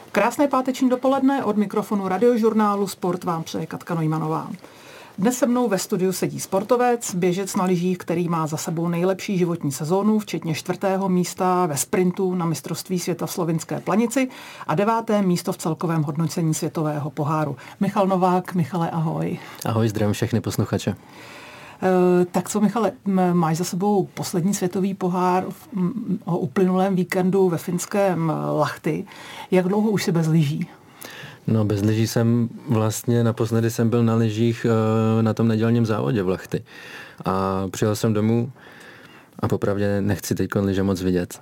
Krásné páteční dopoledne od mikrofonu Radiožurnálu Sport vám přeje Katka Neumannová. Dnes se mnou ve studiu sedí sportovec, běžec na lyžích, který má za sebou nejlepší životní sezónu, včetně 4. místa ve sprintu na mistrovství světa v Slovinské Planici a 9. místo v celkovém hodnocení světového poháru. Michal Novák. Michale, ahoj. Ahoj, zdravím všechny posluchače. Tak co, Michale, máš za sebou poslední světový pohár o uplynulém víkendu ve finském Lahti. Jak dlouho už jsi bez lyží? No, bez lyží naposledy jsem byl na lyžích na tom nedělním závodě v Lahti. A přijel jsem domů a popravdě nechci teď lyže moc vidět.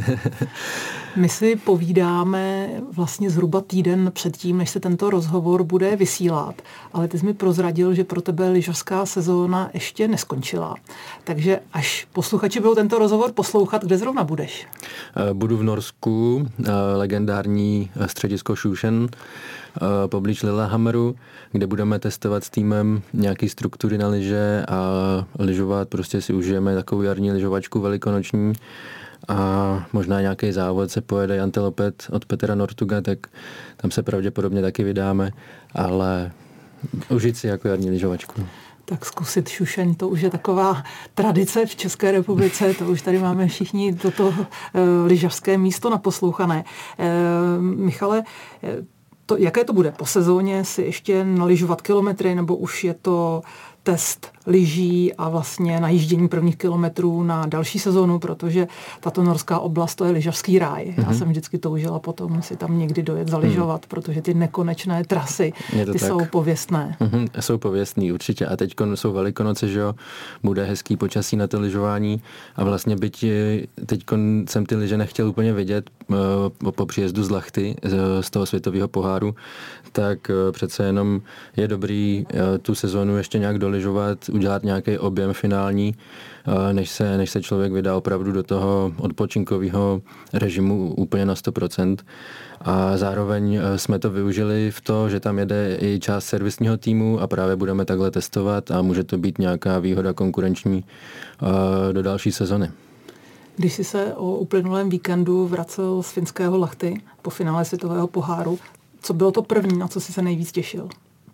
My si povídáme vlastně zhruba týden předtím, než se tento rozhovor bude vysílat, ale ty jsi mi prozradil, že pro tebe lyžařská sezóna ještě neskončila. Takže až posluchači budou tento rozhovor poslouchat, kde zrovna budeš? Budu v Norsku, legendární středisko Sjusjen, poblíž Lillehammeru, kde budeme testovat s týmem nějaký struktury na lyže a lyžovat, prostě si užijeme takovou jarní lyžovačku velikonoční a možná nějaký závod se pojede Antelopet od Petra Nortuga, tak tam se pravděpodobně taky vydáme, ale užít si jako jarní lyžovačku. Tak zkusit Sjusjen, to už je taková tradice v České republice, to už tady máme všichni toto lyžařské místo naposlouchané. Michale, jaké to bude? Po sezóně si ještě nalyžovat kilometry, nebo už je to test lyží a vlastně najíždění prvních kilometrů na další sezónu, protože tato norská oblast, to je lyžařský ráj. Já jsem vždycky toužila potom si tam někdy dojet zalyžovat, protože ty nekonečné trasy, ty jsou pověstné. Jsou pověstný, určitě. A teď jsou Velikonoce, že jo, bude hezký počasí na to lyžování a vlastně byť teď jsem ty lyže nechtěl úplně vidět po příjezdu z Lahti, z toho světového poháru, tak přece jenom je dobrý tu sezónu ještě nějak dolyžovat, udělat nějaký objem finální, než se člověk vydá opravdu do toho odpočinkového režimu úplně na 100%. A zároveň jsme to využili v to, že tam jede i část servisního týmu a právě budeme takhle testovat a může to být nějaká výhoda konkurenční do další sezony. Když jsi se o uplynulém víkendu vracel z finského Lahti po finále světového poháru, co bylo to první, na co jsi se nejvíc těšil?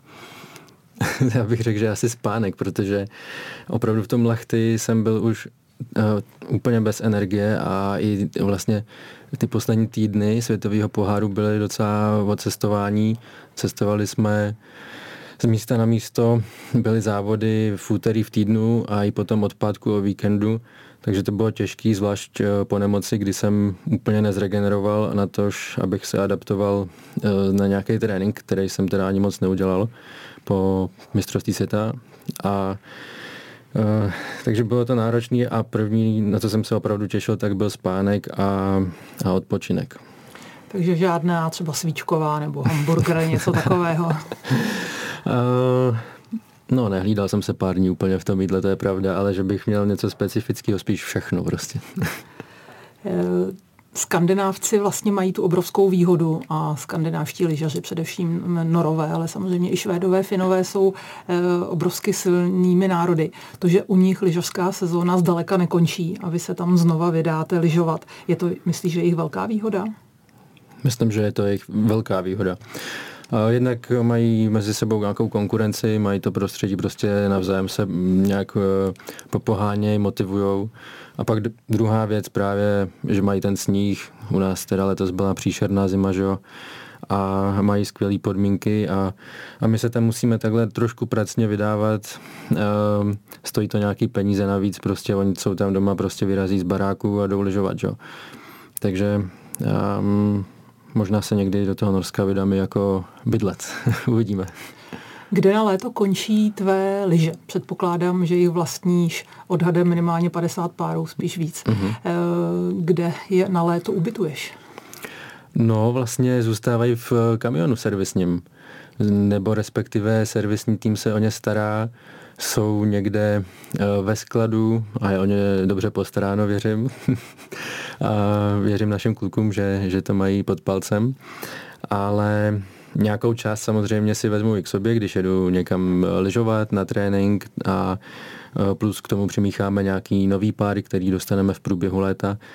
Já bych řekl, že asi spánek, protože opravdu v tom Lahti jsem byl už úplně bez energie a i vlastně ty poslední týdny světového poháru byly docela o cestování. Cestovali jsme z místa na místo, byly závody v úterý v týdnu a i potom od pátku o víkendu, takže to bylo těžký, zvlášť po nemoci, kdy jsem úplně nezregeneroval a na tož, abych se adaptoval na nějaký trénink, který jsem teda ani moc neudělal po mistrovství světa takže bylo to náročné a první, na co jsem se opravdu těšil, tak byl spánek a odpočinek. Takže žádná třeba svíčková nebo hamburger, něco takového? No, nehlídal jsem se pár dní úplně v tom jídle, to je pravda, ale že bych měl něco specifického, spíš všechno prostě. Skandinávci vlastně mají tu obrovskou výhodu a skandinávští lyžaři, především Norové, ale samozřejmě i Švédové, Finové jsou obrovsky silnými národy. To, že u nich lyžařská sezóna zdaleka nekončí a vy se tam znova vydáte lyžovat, myslíš, že je jejich velká výhoda? Myslím, že je to jejich velká výhoda. Jednak mají mezi sebou nějakou konkurenci, mají to prostředí, prostě navzájem se nějak popohánějí, motivujou. A pak druhá věc právě, že mají ten sníh, u nás teda letos byla příšerná zima, že jo, a mají skvělé podmínky a my se tam musíme takhle trošku pracně vydávat, stojí to nějaký peníze navíc, prostě oni jsou tam doma, prostě vyrazí z baráku a jdou lyžovat, že jo. Takže možná se někdy do toho Norska vydáme jako bydlet. Uvidíme. Kde na léto končí tvé lyže? Předpokládám, že jich vlastníš odhadem minimálně 50 párů, spíš víc. Kde je na léto ubytuješ? No, vlastně zůstávají v kamionu servisním. Nebo respektive servisní tým se o ně stará. Jsou někde ve skladu a je o ně dobře postaráno, věřím. A věřím našim klukům, že to mají pod palcem. Ale nějakou část samozřejmě si vezmu i k sobě, když jedu někam lyžovat na trénink a plus k tomu přimícháme nějaký nový páry, který dostaneme v průběhu léta.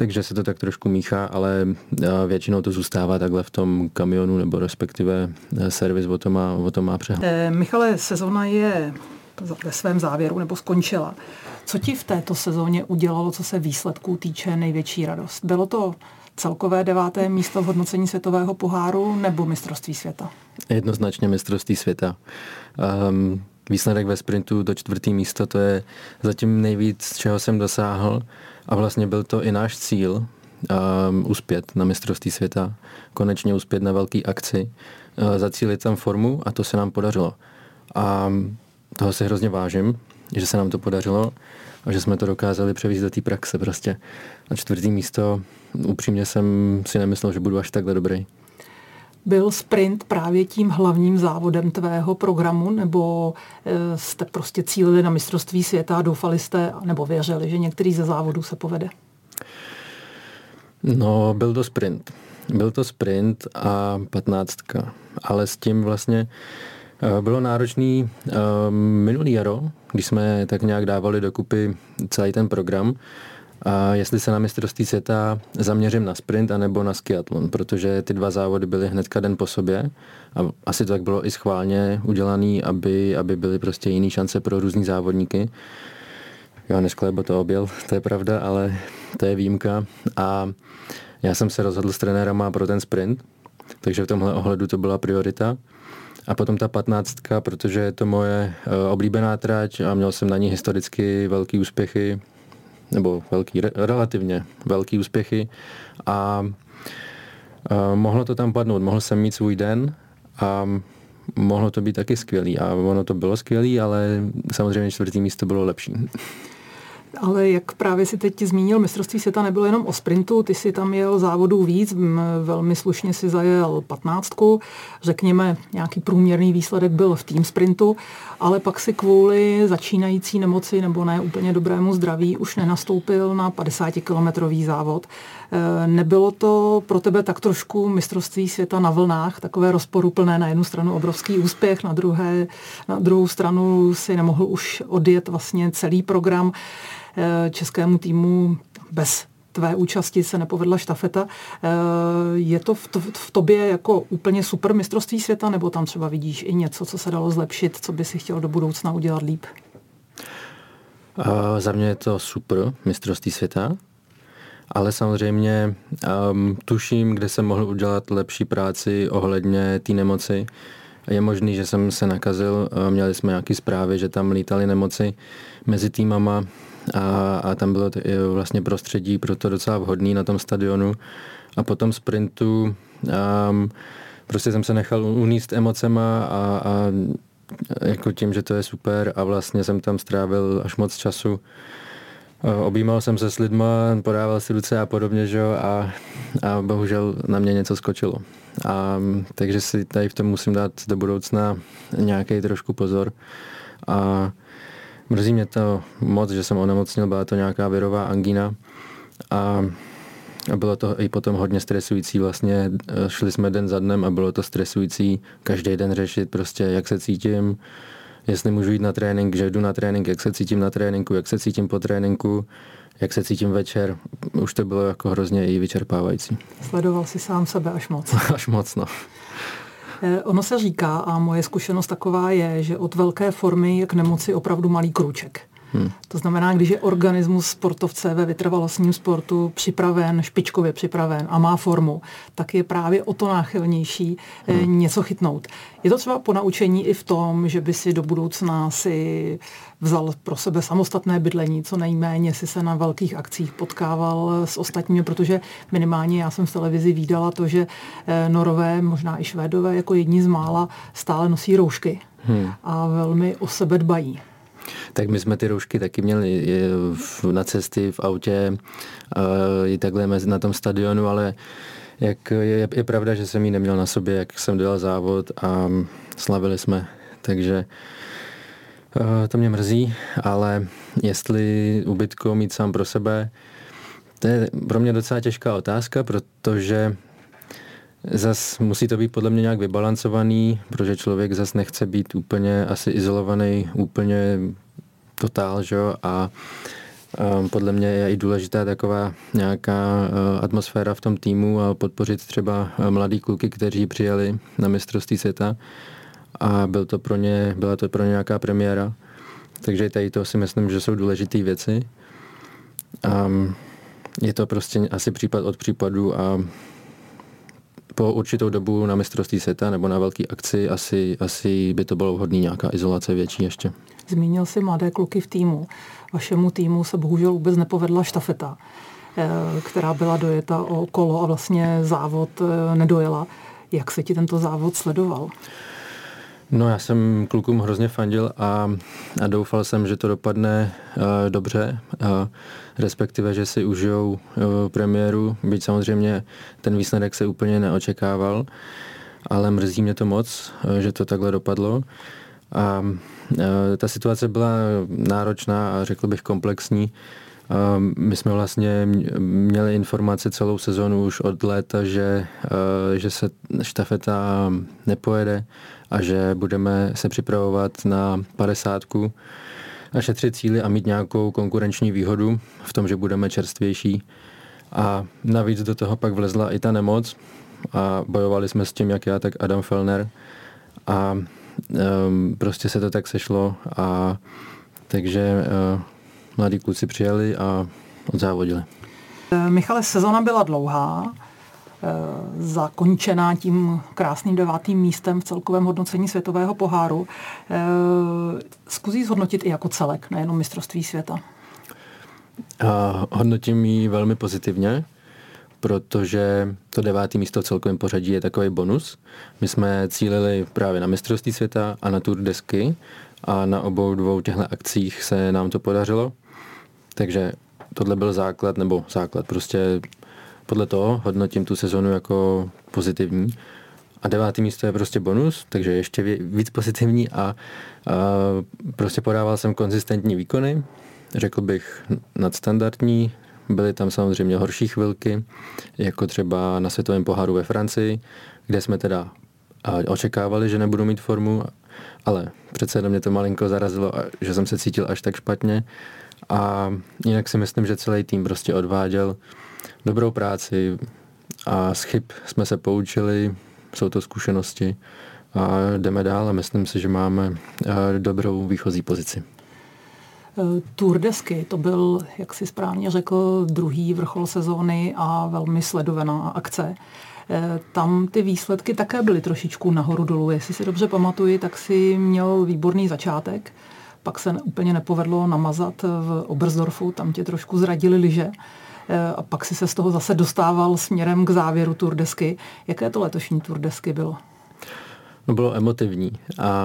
Takže se to tak trošku míchá, ale většinou to zůstává takhle v tom kamionu, nebo respektive servis o to má přehled. Michale, sezona je ve svém závěru nebo skončila. Co ti v této sezóně udělalo, co se výsledků týče, největší radost? Bylo to celkové 9. místo v hodnocení světového poháru nebo mistrovství světa? Jednoznačně mistrovství světa. Výsledek ve sprintu do 4. místo, to je zatím nejvíc, čeho jsem dosáhl, a vlastně byl to i náš cíl uspět na mistrovství světa, konečně uspět na velký akci, zacílit tam formu, a to se nám podařilo. A toho si hrozně vážím, že se nám to podařilo a že jsme to dokázali převést do té praxe prostě. Na 4. místo upřímně jsem si nemyslel, že budu až takhle dobrý. Byl sprint právě tím hlavním závodem tvého programu, nebo jste prostě cílili na mistrovství světa a doufali jste, nebo věřili, že některý ze závodů se povede? No, byl to sprint. Byl to sprint a 15. Ale s tím vlastně bylo náročný minulý jaro, když jsme tak nějak dávali dokupy celý ten program, a jestli se na mistrovství světa zaměřím na sprint anebo na skiatlon, protože ty 2 závody byly hnedka den po sobě a asi to tak bylo i schválně udělaný, aby byly prostě jiný šance pro různý závodníky. Johannes Klebo to objel, to je pravda, ale to je výjimka, a já jsem se rozhodl s trenérama pro ten sprint, takže v tomhle ohledu to byla priorita. A potom ta 15, protože je to moje oblíbená trať a měl jsem na ní historicky velký úspěchy, nebo relativně velký úspěchy, a mohlo to tam padnout, mohl jsem mít svůj den a mohlo to být taky skvělý. A ono to bylo skvělý, ale samozřejmě 4. místo bylo lepší. Ale jak právě si teď zmínil, mistrovství světa nebylo jenom o sprintu, ty si tam jel závodů víc, velmi slušně si zajel 15, řekněme nějaký průměrný výsledek byl v tým sprintu, ale pak si kvůli začínající nemoci nebo ne úplně dobrému zdraví už nenastoupil na 50-kilometrový závod. Nebylo to pro tebe tak trošku mistrovství světa na vlnách, takové rozporuplné, na jednu stranu obrovský úspěch, na druhou stranu si nemohl už odjet vlastně celý program, českému týmu bez tvé účasti se nepovedla štafeta. Je to v tobě jako úplně super mistrovství světa, nebo tam třeba vidíš i něco, co se dalo zlepšit, co by si chtěl do budoucna udělat líp? Za mě je to super mistrovství světa, ale samozřejmě tuším, kde jsem mohl udělat lepší práci ohledně té nemoci. Je možný, že jsem se nakazil, měli jsme nějaké zprávy, že tam lítaly nemoci mezi týmama, a tam bylo vlastně prostředí pro to docela vhodný na tom stadionu. A po tom sprintu prostě jsem se nechal uníst emocema a jako tím, že to je super, a vlastně jsem tam strávil až moc času. Objímal jsem se s lidma, podával si ruce a podobně, že jo, a bohužel na mě něco skočilo. Takže si tady v tom musím dát do budoucna nějaký trošku pozor. A mrzí mě to moc, že jsem onemocnil, byla to nějaká virová angína a bylo to i potom hodně stresující. Vlastně šli jsme den za dnem a bylo to stresující každý den řešit prostě, jak se cítím, jestli můžu jít na trénink, že jdu na trénink, jak se cítím na tréninku, jak se cítím po tréninku, jak se cítím večer. Už to bylo jako hrozně i vyčerpávající. Sledoval si sám sebe až moc. Až moc, no. Ono se říká, a moje zkušenost taková je, že od velké formy je k nemoci opravdu malý krůček. To znamená, když je organismus sportovce ve vytrvalostním sportu připraven, špičkově připraven a má formu, tak je právě o to náchylnější něco chytnout. Je to třeba ponaučení i v tom, že by si do budoucna si vzal pro sebe samostatné bydlení, co nejméně si se na velkých akcích potkával s ostatními, protože minimálně já jsem v televizi vídala to, že Norové, možná i Švédové, jako jedni z mála stále nosí roušky a velmi o sebe dbají. Tak my jsme ty roušky taky měli na cesty, v autě, i takhle na tom stadionu, ale je pravda, že jsem ji neměl na sobě, jak jsem dělal závod a slavili jsme, takže to mě mrzí, ale jestli ubytko mít sám pro sebe, to je pro mě docela těžká otázka, protože zas musí to být podle mě nějak vybalancovaný, protože člověk zas nechce být úplně asi izolovaný, úplně totál, že jo, a Podle mě je i důležitá taková nějaká atmosféra v tom týmu a podpořit třeba mladý kluky, kteří přijeli na mistrovství světa a byla to pro ně nějaká premiéra. Takže tady to si myslím, že jsou důležité věci. Je to prostě asi případ od případu a po určitou dobu na mistrovství světa nebo na velké akci asi by to bylo vhodné nějaká izolace větší ještě. Zmínil jsi mladé kluky v týmu. Vašemu týmu se bohužel vůbec nepovedla štafeta, která byla dojeta o kolo a vlastně závod nedojela. Jak se ti tento závod sledoval? No, já jsem klukům hrozně fandil a doufal jsem, že to dopadne dobře, respektive, že si užijou premiéru, byť samozřejmě ten výsledek se úplně neočekával, ale mrzí mě to moc, že to takhle dopadlo. A ta situace byla náročná a řekl bych komplexní. My jsme vlastně měli informace celou sezonu už od léta, že se štafeta nepojede a že budeme se připravovat na 50 a šetřit cíly a mít nějakou konkurenční výhodu v tom, že budeme čerstvější. A navíc do toho pak vlezla i ta nemoc a bojovali jsme s tím, jak já, tak Adam Fellner. A prostě se to tak sešlo a takže mladí kluci přijeli a odzávodili. Michale, sezona byla dlouhá, zakončená tím krásným 9. místem v celkovém hodnocení světového poháru. Zkusí zhodnotit i jako celek, nejenom mistrovství světa. Hodnotím ji velmi pozitivně, protože to 9. místo v celkovém pořadí je takový bonus. My jsme cílili právě na mistrovství světa a na Tour de Ski a na obou dvou těchto akcích se nám to podařilo. Takže tohle byl základ, prostě podle toho hodnotím tu sezonu jako pozitivní. A 9. místo je prostě bonus, takže ještě víc pozitivní a prostě podával jsem konzistentní výkony, řekl bych nadstandardní. Byly tam samozřejmě horší chvilky, jako třeba na světovém poháru ve Francii, kde jsme teda očekávali, že nebudu mít formu, ale přece mě to malinko zarazilo, že jsem se cítil až tak špatně. A jinak si myslím, že celý tým prostě odváděl dobrou práci a z chyb jsme se poučili, jsou to zkušenosti a jdeme dál a myslím si, že máme dobrou výchozí pozici. Tour de Ski, to byl, jak si správně řekl, druhý vrchol sezóny a velmi sledovaná akce. Tam ty výsledky také byly trošičku nahoru dolů. Jestli si dobře pamatuji, tak si měl výborný začátek. Pak se úplně nepovedlo namazat v Oberstdorfu, tam tě trošku zradili lyže. A pak si se z toho zase dostával směrem k závěru Tour de Ski. Jaké to letošní Tour de Ski bylo? No, bylo emotivní a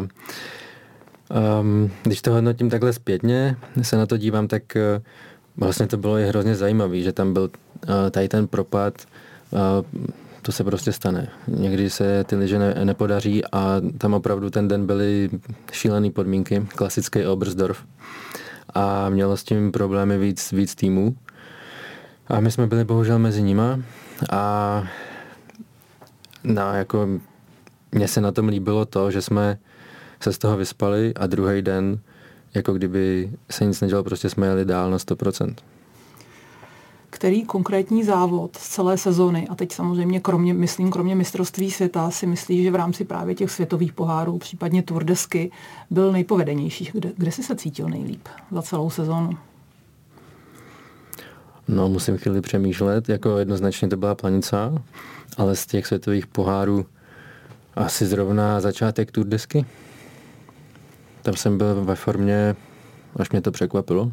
když to hodnotím takhle zpětně, se na to dívám, tak vlastně to bylo i hrozně zajímavé, že tam byl tady ten propad, to se prostě stane. Někdy se ty lyže nepodaří a tam opravdu ten den byly šílené podmínky, klasický Oberstdorf a mělo s tím problémy víc týmů. A my jsme byli bohužel mezi nima a jako mně se na tom líbilo to, že jsme se z toho vyspali a druhý den, jako kdyby se nic nedělo, prostě jsme jeli dál na 100%. Který konkrétní závod z celé sezony, a teď samozřejmě kromě mistrovství světa, si myslíš, že v rámci právě těch světových pohárů, případně Tour de Ski, byl nejpovedenější? Kde jsi se cítil nejlíp za celou sezonu? No, musím chvíli přemýšlet, jako jednoznačně to byla Planica, ale z těch světových pohárů asi zrovna začátek Tour de Ski. Tam jsem byl ve formě, až mě to překvapilo.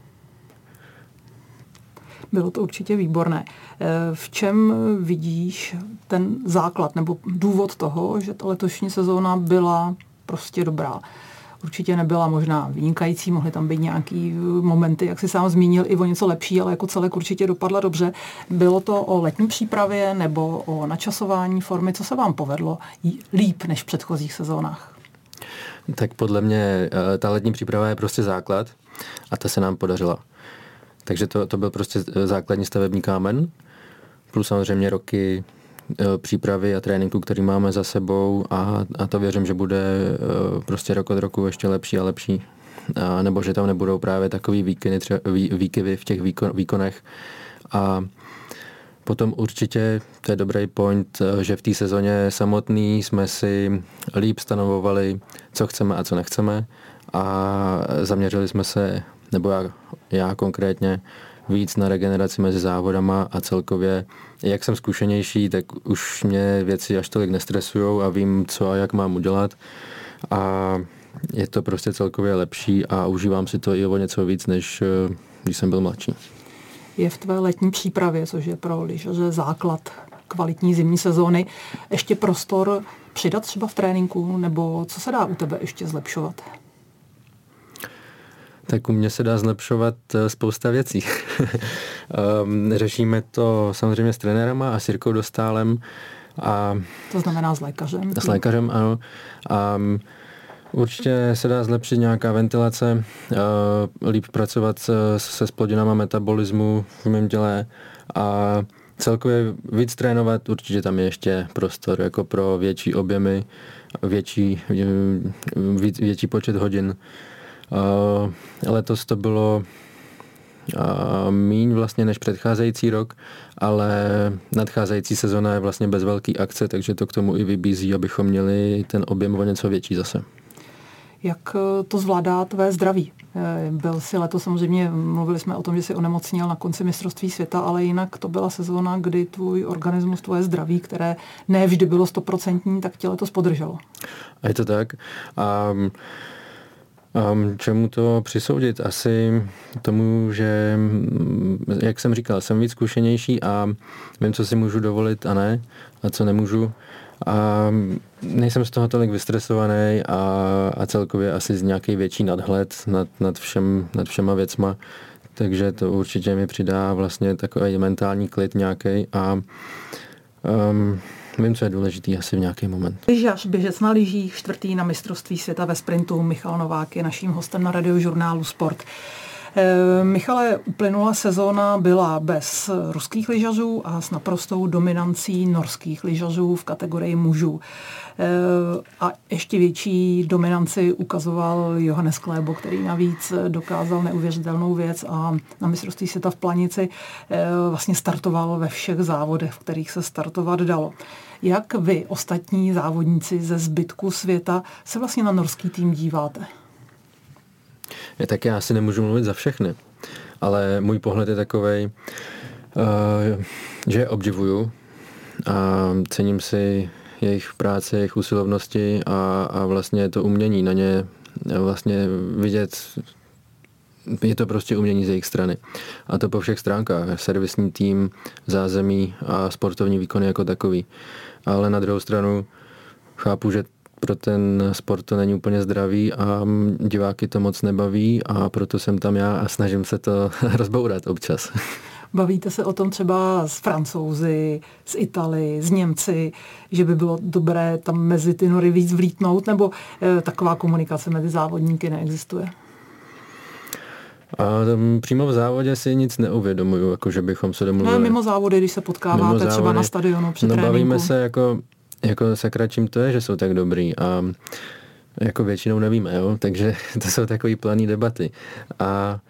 Bylo to určitě výborné. V čem vidíš ten základ nebo důvod toho, že ta letošní sezóna byla prostě dobrá? Určitě nebyla možná vynikající, mohly tam být nějaký momenty, jak jsi sám zmínil, i o něco lepší, ale jako celek určitě dopadla dobře. Bylo to o letní přípravě nebo o načasování formy? Co se vám povedlo líp než v předchozích sezónách? Tak podle mě ta letní příprava je prostě základ a ta se nám podařila. Takže to byl prostě základní stavební kámen, plus samozřejmě roky přípravy a tréninku, který máme za sebou a to věřím, že bude prostě rok od roku ještě lepší a lepší. nebo že tam nebudou právě takový výkyvy v těch výkonech. A potom určitě, to je dobrý point, že v té sezóně samotný jsme si líp stanovovali, co chceme a co nechceme a zaměřili jsme se, nebo já konkrétně, víc na regeneraci mezi závodama a celkově, jak jsem zkušenější, tak už mě věci až tolik nestresujou a vím, co a jak mám udělat a je to prostě celkově lepší a užívám si to i o něco víc, než když jsem byl mladší. Je v tvé letní přípravě, což je pro lyžaře základ kvalitní zimní sezóny, ještě prostor přidat třeba v tréninku, nebo co se dá u tebe ještě zlepšovat? Tak u mě se dá zlepšovat spousta věcí. Řešíme to samozřejmě s trenérama a s Jirkou Dostálem. To znamená s lékařem? S lékařem, ano. Určitě se dá zlepšit nějaká ventilace, líp pracovat se zplodinama metabolismu v mém těle a celkově víc trénovat, určitě tam je ještě prostor jako pro větší objemy, větší počet hodin. Letos to bylo míň vlastně než předcházející rok, ale nadcházející sezona je vlastně bez velký akce, takže to k tomu i vybízí, abychom měli ten objem o něco větší zase. Jak to zvládá tvé zdraví? Byl si letos samozřejmě, mluvili jsme o tom, že jsi onemocněl na konci mistrovství světa, ale jinak to byla sezóna, kdy tvůj organismus, tvoje zdraví, které ne vždy bylo 100%, tak tě letos podrželo. A je to tak. Čemu to přisoudit? Asi tomu, že, jak jsem říkal, jsem víc zkušenější a vím, co si můžu dovolit a ne, a co nemůžu. A nejsem z toho tolik vystresovaný a celkově asi z nějaký větší nadhled nad všema věcma. Takže to určitě mi přidá vlastně takový mentální klid nějaký a vím, co je důležitý asi v nějaký moment. Lyžař, běžec na lyžích, 4. na mistrovství světa ve sprintu, Michal Novák je naším hostem na Radiožurnálu Sport. Michale, uplynulá sezóna byla bez ruských lyžařů a s naprostou dominancí norských lyžařů v kategorii mužů. A ještě větší dominanci ukazoval Johannes Klébo, který navíc dokázal neuvěřitelnou věc a na mistrovství světa v Planici vlastně startoval ve všech závodech, v kterých se startovat dalo. Jak vy, ostatní závodníci ze zbytku světa, se vlastně na norský tým díváte? Tak já asi nemůžu mluvit za všechny, ale můj pohled je takovej, že je obdivuju a cením si jejich práce, jejich usilovnosti a vlastně to umění na ně vlastně vidět, je to prostě umění z jejich strany. A to po všech stránkách, servisní tým, zázemí a sportovní výkony jako takový. Ale na druhou stranu chápu, že pro ten sport to není úplně zdravý a diváky to moc nebaví a proto jsem tam já a snažím se to rozbourat občas. Bavíte se o tom třeba s Francouzi, s Itali, s Němci, že by bylo dobré tam mezi ty nory víc vlítnout, nebo taková komunikace mezi závodníky neexistuje? A přímo v závodě si nic neuvědomuju, jako že bychom se domluvili. No, mimo závody, když se potkáváte třeba na stadionu při tréninku. Bavíme se jako sakra, čím to je, že jsou tak dobrý a jako většinou nevíme, jo? Takže to jsou takový planý debaty. A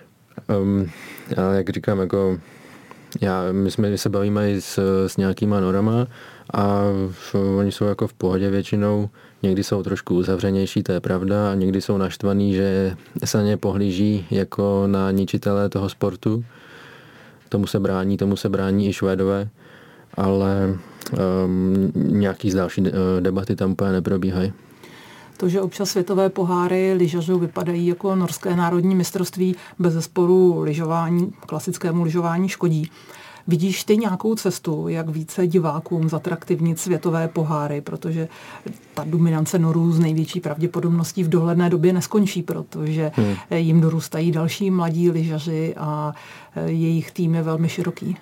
jak říkám, jako my se bavíme i s nějakýma norama a oni jsou jako v pohodě většinou, někdy jsou trošku uzavřenější, to je pravda, a někdy jsou naštvaný, že se na ně pohlíží jako na ničitele toho sportu. Tomu se brání i Švédové, ale nějaký z další debaty tam úplně neprobíhají. To, že občas světové poháry lyžařů vypadají jako norské národní mistrovství, bezesporu klasickému lyžování škodí. Vidíš ty nějakou cestu, jak více divákům zatraktivnit světové poháry, protože ta dominance Norů z největší pravděpodobností v dohledné době neskončí, protože jim dorůstají další mladí lyžaři a jejich tým je velmi široký.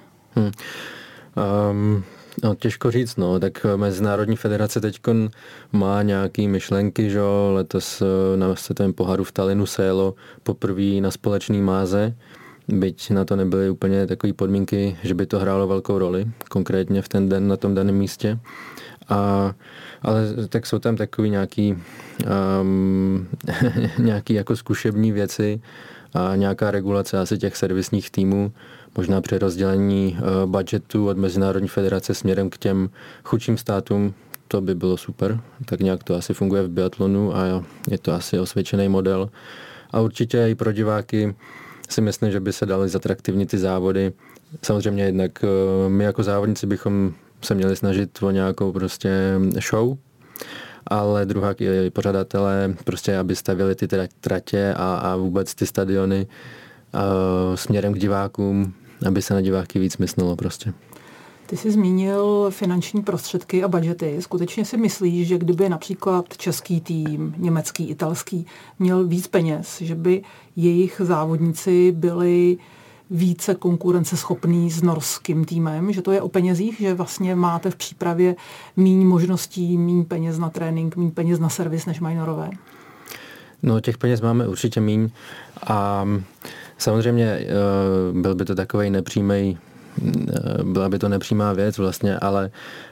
Těžko říct, tak Mezinárodní federace teďkon má nějaký myšlenky, že letos na světovém poháru v Tallinnu se jelo poprvé na společný máze, byť na to nebyly úplně takové podmínky, že by to hrálo velkou roli, konkrétně v ten den na tom daném místě. Ale tak jsou tam takový nějaký jako zkušební věci a nějaká regulace asi těch servisních týmů, možná přerozdělení budgetu od Mezinárodní federace směrem k těm chudším státům, to by bylo super. Tak nějak to asi funguje v biatlonu a je to asi osvědčený model. A určitě i pro diváky si myslím, že by se daly zatraktivnit ty závody. Samozřejmě jednak my jako závodníci bychom se měli snažit o nějakou prostě show, ale druhá i pořadatelé prostě, aby stavěli ty tratě a vůbec ty stadiony směrem k divákům, aby se na diváky víc myslelo prostě. Ty jsi zmínil finanční prostředky a budžety. Skutečně si myslíš, že kdyby například český tým, německý, italský, měl víc peněz, že by jejich závodníci byli více konkurenceschopný s norským týmem, že to je o penězích, že vlastně máte v přípravě míň možností, míň peněz na trénink, míň peněz na servis, než mají Norové? No, těch peněz máme určitě míň a samozřejmě byl by to takovej nepřímý, byla by to nepřímá věc vlastně, ale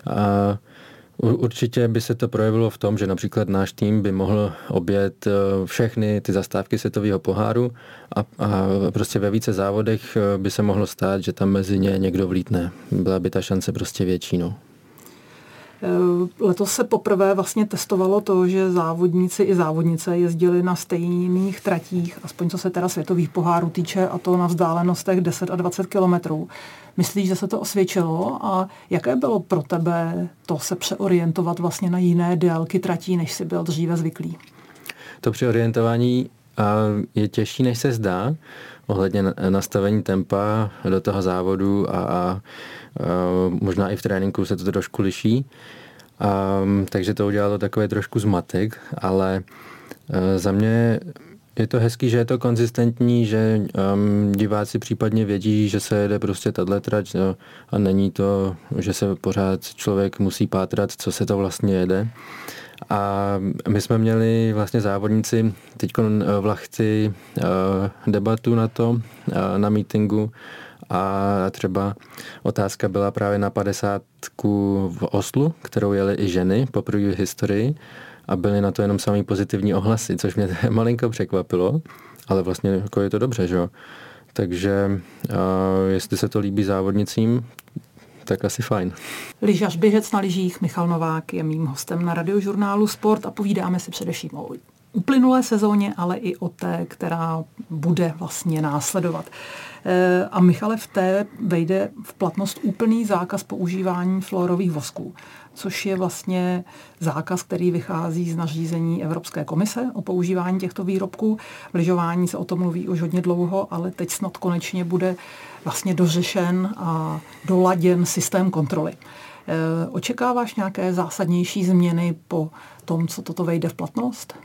určitě by se to projevilo v tom, že například náš tým by mohl objet všechny ty zastávky světového poháru a prostě ve více závodech by se mohlo stát, že tam mezi ně někdo vlítne. Byla by ta šance prostě větší, no. Letos se poprvé vlastně testovalo to, že závodníci i závodnice jezdili na stejných tratích, aspoň co se teda světových pohárů týče, a to na vzdálenostech 10 a 20 kilometrů. Myslíš, že se to osvědčilo a jaké bylo pro tebe to se přeorientovat vlastně na jiné délky tratí, než jsi byl dříve zvyklý? To přeorientování je těžší, než se zdá, ohledně nastavení tempa do toho závodu a možná i v tréninku se to trošku liší. Takže to udělalo takový trošku zmatek, ale za mě je to hezký, že je to konzistentní, že diváci případně vědí, že se jede prostě tato trať a není to, že se pořád člověk musí pátrat, co se to vlastně jede. A my jsme měli vlastně závodníci teď v Lahti debatu na to, na meetingu a třeba otázka byla právě na 50 v Oslu, kterou jeli i ženy poprvé v historii a byly na to jenom samý pozitivní ohlasy, což mě malinko překvapilo, ale vlastně jako je to dobře, že jo. Takže jestli se to líbí závodnicím, tak asi fajn. Lyžař, běžec na lyžích Michal Novák je mým hostem na Radiožurnálu Sport a povídáme si především o uplynulé sezóně, ale i o té, která bude vlastně následovat. A Michale, v té vejde v platnost úplný zákaz používání fluorových vosků, což je vlastně zákaz, který vychází z nařízení Evropské komise o používání těchto výrobků. V lyžování se o tom mluví už hodně dlouho, ale teď snad konečně bude vlastně dořešen a doladěn systém kontroly. Očekáváš nějaké zásadnější změny po tom, co toto vejde v platnost?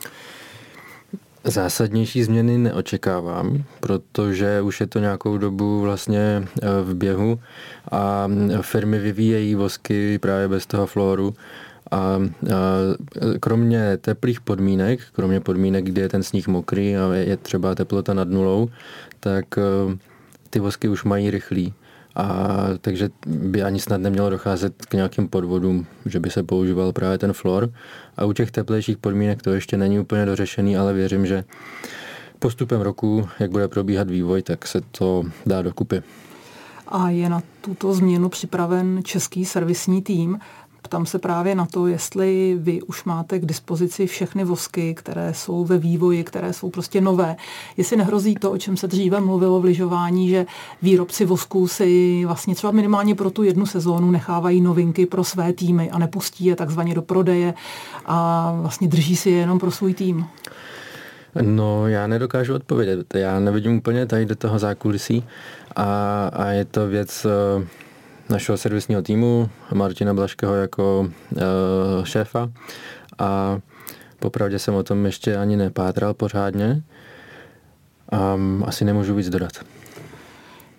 Zásadnější změny neočekávám, protože už je to nějakou dobu vlastně v běhu a firmy vyvíjejí vosky právě bez toho fluoru a kromě teplých podmínek, kromě podmínek, kdy je ten sníh mokrý a je třeba teplota nad nulou, tak ty vosky už mají rychlý. Takže by ani snad nemělo docházet k nějakým podvodům, že by se používal právě ten fluor. A u těch teplejších podmínek to ještě není úplně dořešený, ale věřím, že postupem roku, jak bude probíhat vývoj, tak se to dá dokupy. A je na tuto změnu připraven český servisní tým? Ptám se právě na to, jestli vy už máte k dispozici všechny vosky, které jsou ve vývoji, které jsou prostě nové. Jestli nehrozí to, o čem se dříve mluvilo v lyžování, že výrobci vosků si vlastně třeba minimálně pro tu jednu sezónu nechávají novinky pro své týmy a nepustí je takzvaně do prodeje a vlastně drží si je jenom pro svůj tým. No, já nedokážu odpovědět. Já nevidím úplně tady do toho zákulisí a je to věc našeho servisního týmu, Martina Blažského jako šéfa a popravdě jsem o tom ještě ani nepátral pořádně. Asi nemůžu víc dodat.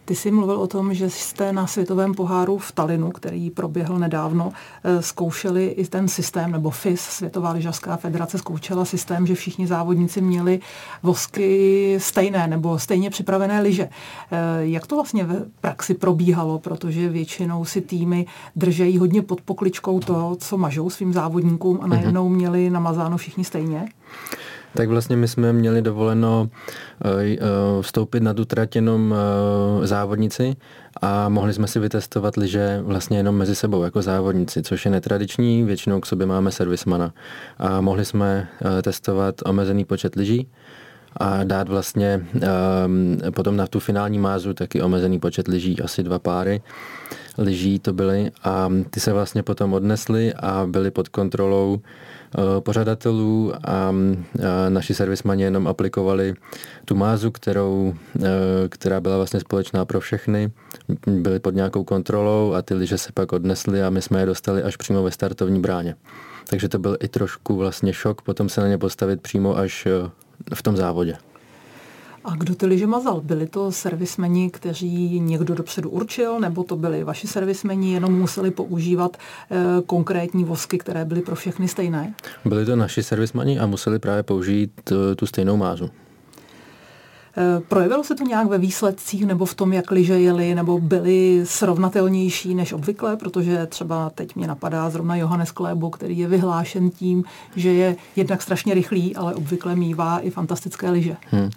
Ty jsi mluvil o tom, že jste na světovém poháru v Tallinnu, který proběhl nedávno, zkoušeli i ten systém, nebo FIS, Světová lyžařská federace, zkoušela systém, že všichni závodníci měli vosky stejné nebo stejně připravené lyže. Jak to vlastně v praxi probíhalo, protože většinou si týmy držejí hodně pod pokličkou to, co mažou svým závodníkům a najednou měli namazáno všichni stejně? Tak vlastně my jsme měli dovoleno vstoupit na tu trať jenom závodníci a mohli jsme si vytestovat lyže vlastně jenom mezi sebou jako závodníci, což je netradiční, většinou k sobě máme servismana. A mohli jsme testovat omezený počet lyží a dát vlastně potom na tu finální mázu taky omezený počet lyží, asi 2 páry lyží to byly a ty se vlastně potom odnesly a byly pod kontrolou pořadatelů a naši servismani jenom aplikovali tu mázu, která byla vlastně společná pro všechny. Byly pod nějakou kontrolou a ty lyže se pak odnesly a my jsme je dostali až přímo ve startovní bráně. Takže to byl i trošku vlastně šok potom se na ně postavit přímo až v tom závodě. A kdo ty lyže mazal? Byli to servismeni, kteří někdo dopředu určil, nebo to byli vaši servismeni, jenom museli používat konkrétní vosky, které byly pro všechny stejné? Byli to naši servismeni a museli právě použít tu stejnou mázu. Projevilo se to nějak ve výsledcích nebo v tom, jak lyže jeli, nebo byly srovnatelnější než obvykle, protože třeba teď mě napadá zrovna Johannes Klébo, který je vyhlášen tím, že je jednak strašně rychlý, ale obvykle mívá i fantastické lyže.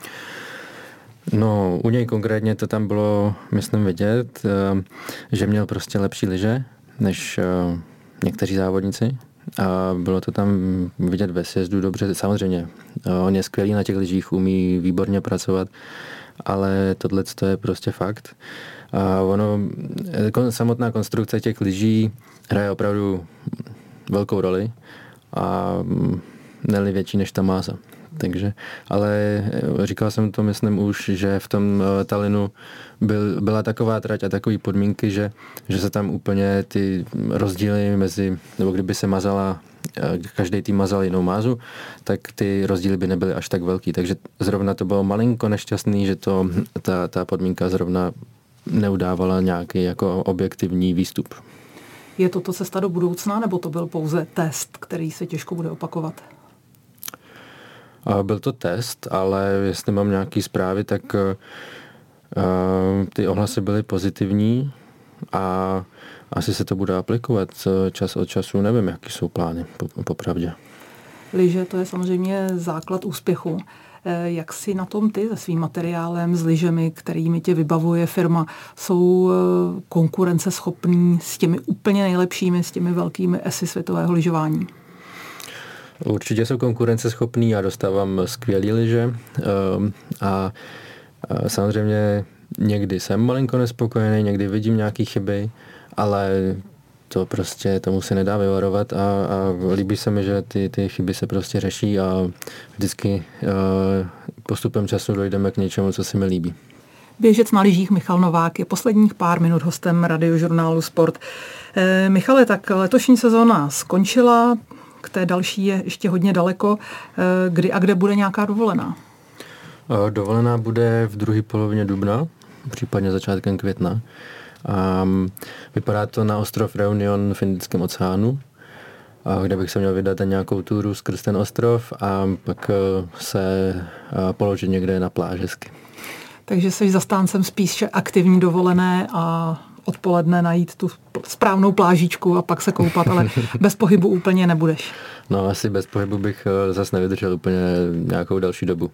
No, u něj konkrétně to tam bylo, myslím, vidět, že měl prostě lepší lyže než někteří závodníci. A bylo to tam vidět ve sjezdu dobře, samozřejmě. On je skvělý na těch lyžích, umí výborně pracovat, ale tohle je prostě fakt. A samotná konstrukce těch lyží hraje opravdu velkou roli a ne-li větší než ta máza. Takže, ale říkal jsem to, myslím už, že v tom Tallinnu byla taková trať a takové podmínky, že se tam úplně ty rozdíly mezi, nebo kdyby se mazala, každý tým mazal jinou mázu, tak ty rozdíly by nebyly až tak velký. Takže zrovna to bylo malinko nešťastný, že ta podmínka zrovna neudávala nějaký jako objektivní výstup. Je to cesta do budoucna, nebo to byl pouze test, který se těžko bude opakovat? Byl to test, ale jestli mám nějaké zprávy, tak ty ohlasy byly pozitivní a asi se to bude aplikovat čas od času. Nevím, jaký jsou plány, popravdě. Lyže, to je samozřejmě základ úspěchu. Jak si na tom ty se svým materiálem, s lyžemi, kterými tě vybavuje firma, jsou konkurenceschopní s těmi úplně nejlepšími, s těmi velkými esy světového lyžování? Určitě jsou konkurenceschopný, já dostávám skvělý lyže a samozřejmě někdy jsem malinko nespokojený, někdy vidím nějaké chyby, ale to prostě tomu se nedá vyvarovat a líbí se mi, že ty chyby se prostě řeší a vždycky postupem času dojdeme k něčemu, co se mi líbí. Běžec na lyžích Michal Novák je posledních pár minut hostem Radiožurnálu Sport. Michale, tak letošní sezóna skončila, k té další je ještě hodně daleko. Kdy a kde bude nějaká dovolená? Dovolená bude v druhé polovině dubna, případně začátkem května. Vypadá to na ostrov Reunion v Indickém oceánu, kde bych se měl vydat na nějakou túru skrz ten ostrov a pak se položit někde na pláž hezky. Takže jsi zastáncem spíše aktivní dovolené a odpoledne najít tu správnou plážičku a pak se koupat, ale bez pohybu úplně nebudeš. No, asi bez pohybu bych zase nevydržel úplně nějakou další dobu.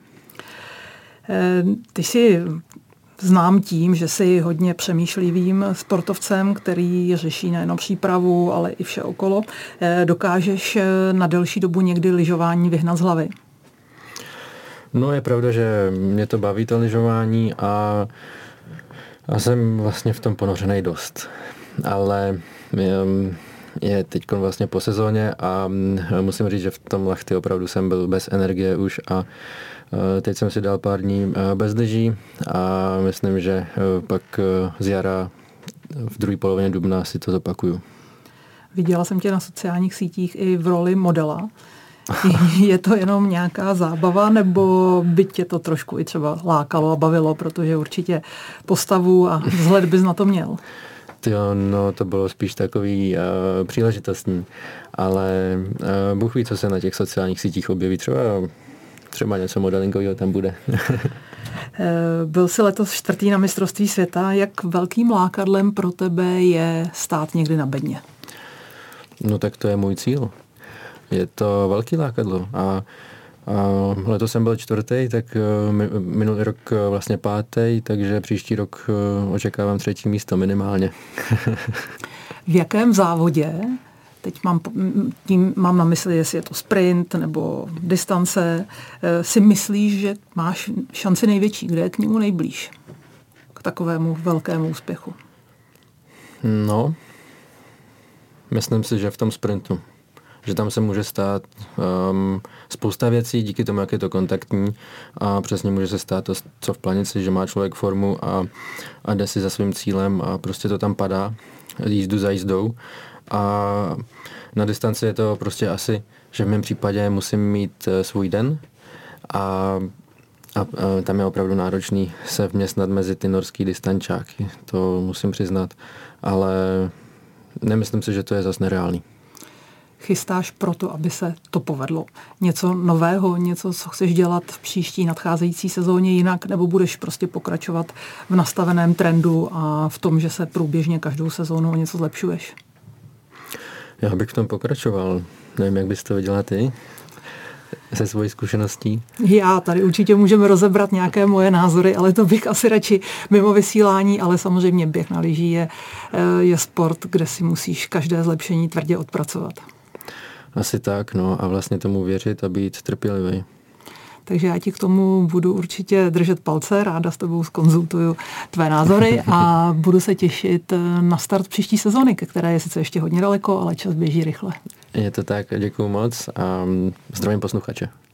Ty jsi znám tím, že jsi hodně přemýšlivým sportovcem, který řeší nejenom přípravu, ale i vše okolo. Dokážeš na delší dobu někdy lyžování vyhnat z hlavy? No, je pravda, že mě to baví to lyžování a jsem vlastně v tom ponořenej dost. Ale je teď vlastně po sezóně a musím říct, že v tom Lahti opravdu jsem byl bez energie už a teď jsem si dal pár dní bez lyží a myslím, že pak z jara v druhé polovině dubna si to zopakuju. Viděla jsem tě na sociálních sítích i v roli modela. Je to jenom nějaká zábava, nebo by tě to trošku i třeba lákalo a bavilo, protože určitě postavu a vzhled bys na to měl? No, to bylo spíš takový příležitostní, ale Bůh ví, co se na těch sociálních sítích objeví, třeba něco modelingového tam bude. Byl jsi letos 4. na mistrovství světa. Jak velkým lákadlem pro tebe je stát někdy na bedně? No tak to je můj cíl. Je to velký lákadlo a letos jsem byl 4., tak minulý rok vlastně 5., takže příští rok očekávám 3. místo minimálně. V jakém závodě, teď mám na mysli, jestli je to sprint nebo distance, si myslíš, že máš šanci největší? Kde je k němu nejblíž? K takovému velkému úspěchu? No, myslím si, že v tom sprintu. Že tam se může stát spousta věcí díky tomu, jak je to kontaktní a přesně může se stát to, co v planici, že má člověk formu a jde si za svým cílem a prostě to tam padá jízdu za jízdou a na distanci je to prostě asi, že v mém případě musím mít svůj den a tam je opravdu náročný se vměstnat mezi ty norský distančáky, to musím přiznat, ale nemyslím si, že to je zas nereálný. Chystáš proto, aby se to povedlo? Něco nového, něco, co chceš dělat v příští nadcházející sezóně jinak, nebo budeš prostě pokračovat v nastaveném trendu a v tom, že se průběžně každou sezónu o něco zlepšuješ? Já bych v tom pokračoval. Nevím, jak bys to viděla ty se svojí zkušeností. Já tady určitě můžeme rozebrat nějaké moje názory, ale to bych asi radši mimo vysílání, ale samozřejmě běh na lyží je sport, kde si musíš každé zlepšení tvrdě odpracovat. Asi tak, no a vlastně tomu věřit a být trpělivý. Takže já ti k tomu budu určitě držet palce, ráda s tebou zkonzultuju tvé názory a budu se těšit na start příští sezony, ke které je sice ještě hodně daleko, ale čas běží rychle. Je to tak, děkuju moc a zdravím posluchače.